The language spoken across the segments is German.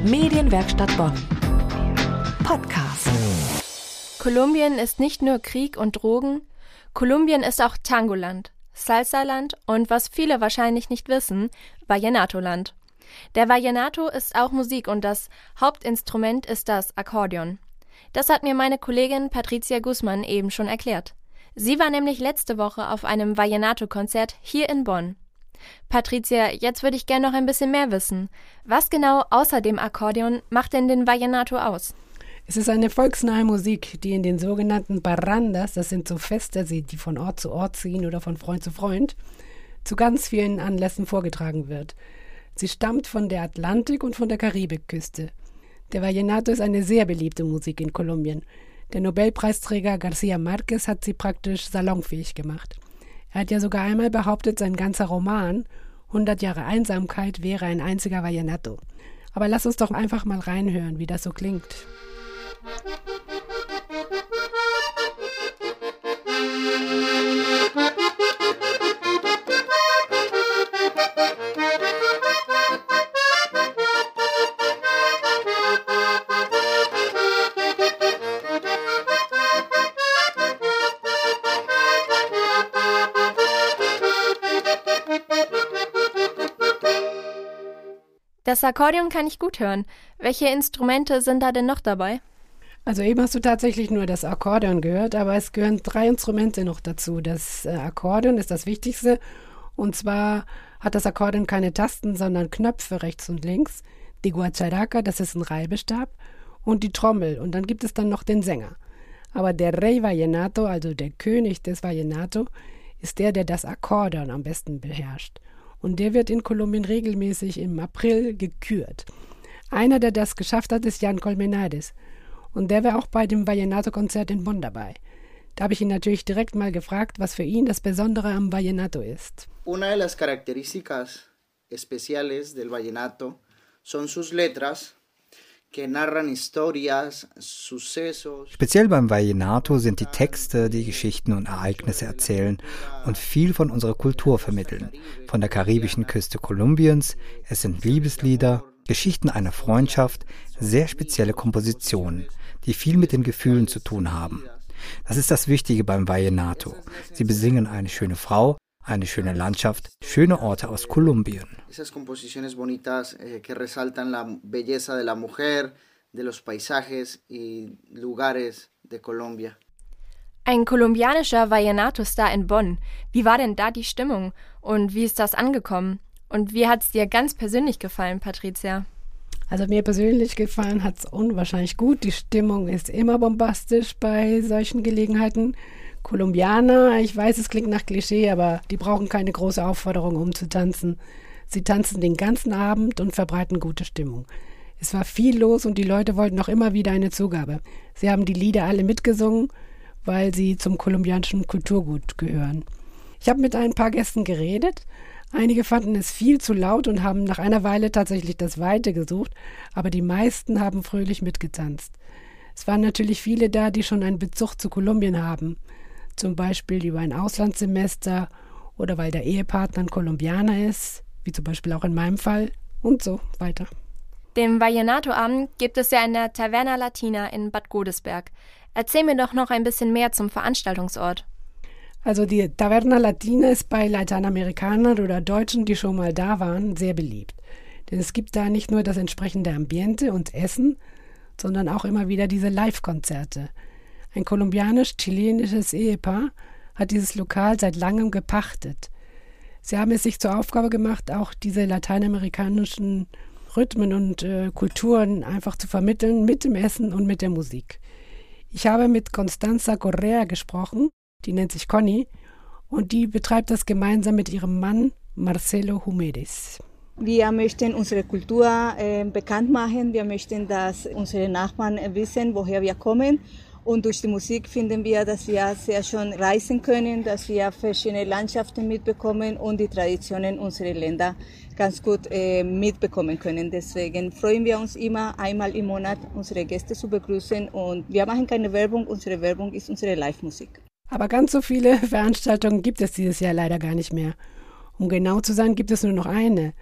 Medienwerkstatt Bonn. Podcast. Kolumbien ist nicht nur Krieg und Drogen, Kolumbien ist auch Tangoland, Salsaland und, was viele wahrscheinlich nicht wissen, Vallenato-Land. Der Vallenato ist auch Musik und das Hauptinstrument ist das Akkordeon. Das hat mir meine Kollegin Patricia Guzman eben schon erklärt. Sie war nämlich letzte Woche auf einem Vallenato-Konzert hier in Bonn. Patricia, jetzt würde ich gerne noch ein bisschen mehr wissen. Was genau außer dem Akkordeon macht denn den Vallenato aus? Es ist eine volksnahe Musik, die in den sogenannten Parrandas, das sind so Feste, die von Ort zu Ort ziehen oder von Freund zu Freund, zu ganz vielen Anlässen vorgetragen wird. Sie stammt von der Atlantik- und von der Karibikküste. Der Vallenato ist eine sehr beliebte Musik in Kolumbien. Der Nobelpreisträger García Márquez hat sie praktisch salonfähig gemacht. Er hat ja sogar einmal behauptet, sein ganzer Roman 100 Jahre Einsamkeit wäre ein einziger Vallenato. Aber lass uns doch einfach mal reinhören, wie das so klingt. Das Akkordeon kann ich gut hören. Welche Instrumente sind da denn noch dabei? Also eben hast du tatsächlich nur das Akkordeon gehört, aber es gehören 3 Instrumente noch dazu. Das Akkordeon ist das Wichtigste und zwar hat das Akkordeon keine Tasten, sondern Knöpfe rechts und links. Die Guacharaca, das ist ein Reibestab und die Trommel und dann gibt es dann noch den Sänger. Aber der Rey Vallenato, also der König des Vallenato, ist der das Akkordeon am besten beherrscht. Und der wird in Kolumbien regelmäßig im April gekürt. Einer, der das geschafft hat, ist Jan Colmenares. Und der war auch bei dem Vallenato-Konzert in Bonn dabei. Da habe ich ihn natürlich direkt mal gefragt, was für ihn das Besondere am Vallenato ist. Una de las características especiales del vallenato son sus letras, que narran historias, sucesos. Speziell beim Vallenato sind die Texte, die Geschichten und Ereignisse erzählen und viel von unserer Kultur vermitteln. Von der karibischen Küste Kolumbiens, es sind Liebeslieder, Geschichten einer Freundschaft, sehr spezielle Kompositionen, die viel mit den Gefühlen zu tun haben. Das ist das Wichtige beim Vallenato. Sie besingen eine schöne Frau, eine schöne Landschaft, schöne Orte aus Kolumbien. Esas composiciones bonitas que resaltan la belleza de la mujer, de los paisajes y lugares de Colombia. Ein kolumbianischer Vallenato-Star in Bonn. Wie war denn da die Stimmung? Und wie ist das angekommen? Und wie hat es dir ganz persönlich gefallen, Patricia? Also mir persönlich gefallen hat es unwahrscheinlich gut. Die Stimmung ist immer bombastisch bei solchen Gelegenheiten. Kolumbianer, ich weiß, es klingt nach Klischee, aber die brauchen keine große Aufforderung, um zu tanzen. Sie tanzen den ganzen Abend und verbreiten gute Stimmung. Es war viel los und die Leute wollten noch immer wieder eine Zugabe. Sie haben die Lieder alle mitgesungen, weil sie zum kolumbianischen Kulturgut gehören. Ich habe mit ein paar Gästen geredet. Einige fanden es viel zu laut und haben nach einer Weile tatsächlich das Weite gesucht, aber die meisten haben fröhlich mitgetanzt. Es waren natürlich viele da, die schon einen Bezug zu Kolumbien haben. Zum Beispiel über ein Auslandssemester oder weil der Ehepartner ein Kolumbianer ist, wie zum Beispiel auch in meinem Fall und so weiter. Den Vallenato-Abend gibt es ja in der Taverna Latina in Bad Godesberg. Erzähl mir doch noch ein bisschen mehr zum Veranstaltungsort. Also die Taverna Latina ist bei Lateinamerikanern oder Deutschen, die schon mal da waren, sehr beliebt. Denn es gibt da nicht nur das entsprechende Ambiente und Essen, sondern auch immer wieder diese Live-Konzerte. Ein kolumbianisch-chilenisches Ehepaar hat dieses Lokal seit langem gepachtet. Sie haben es sich zur Aufgabe gemacht, auch diese lateinamerikanischen Rhythmen und Kulturen einfach zu vermitteln mit dem Essen und mit der Musik. Ich habe mit Constanza Correa gesprochen, die nennt sich Conny, und die betreibt das gemeinsam mit ihrem Mann Marcelo Humedes. Wir möchten unsere Kultur bekannt machen, wir möchten, dass unsere Nachbarn wissen, woher wir kommen. Und durch die Musik finden wir, dass wir sehr schön reisen können, dass wir verschiedene Landschaften mitbekommen und die Traditionen unserer Länder ganz gut mitbekommen können. Deswegen freuen wir uns immer, einmal im Monat unsere Gäste zu begrüßen. Und wir machen keine Werbung, unsere Werbung ist unsere Live-Musik. Aber ganz so viele Veranstaltungen gibt es dieses Jahr leider gar nicht mehr. Um genau zu sein, gibt es nur noch eine.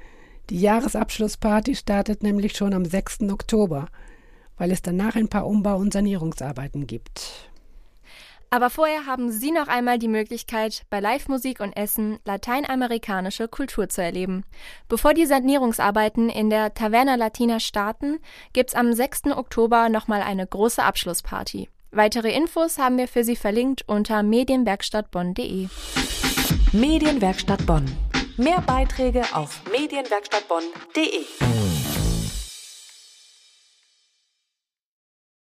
Die Jahresabschlussparty startet nämlich schon am 6. Oktober, weil es danach ein paar Umbau- und Sanierungsarbeiten gibt. Aber vorher haben Sie noch einmal die Möglichkeit, bei Live-Musik und Essen lateinamerikanische Kultur zu erleben. Bevor die Sanierungsarbeiten in der Taverna Latina starten, gibt's am 6. Oktober nochmal eine große Abschlussparty. Weitere Infos haben wir für Sie verlinkt unter medienwerkstattbonn.de. Medienwerkstatt Bonn. Mehr Beiträge auf medienwerkstattbonn.de.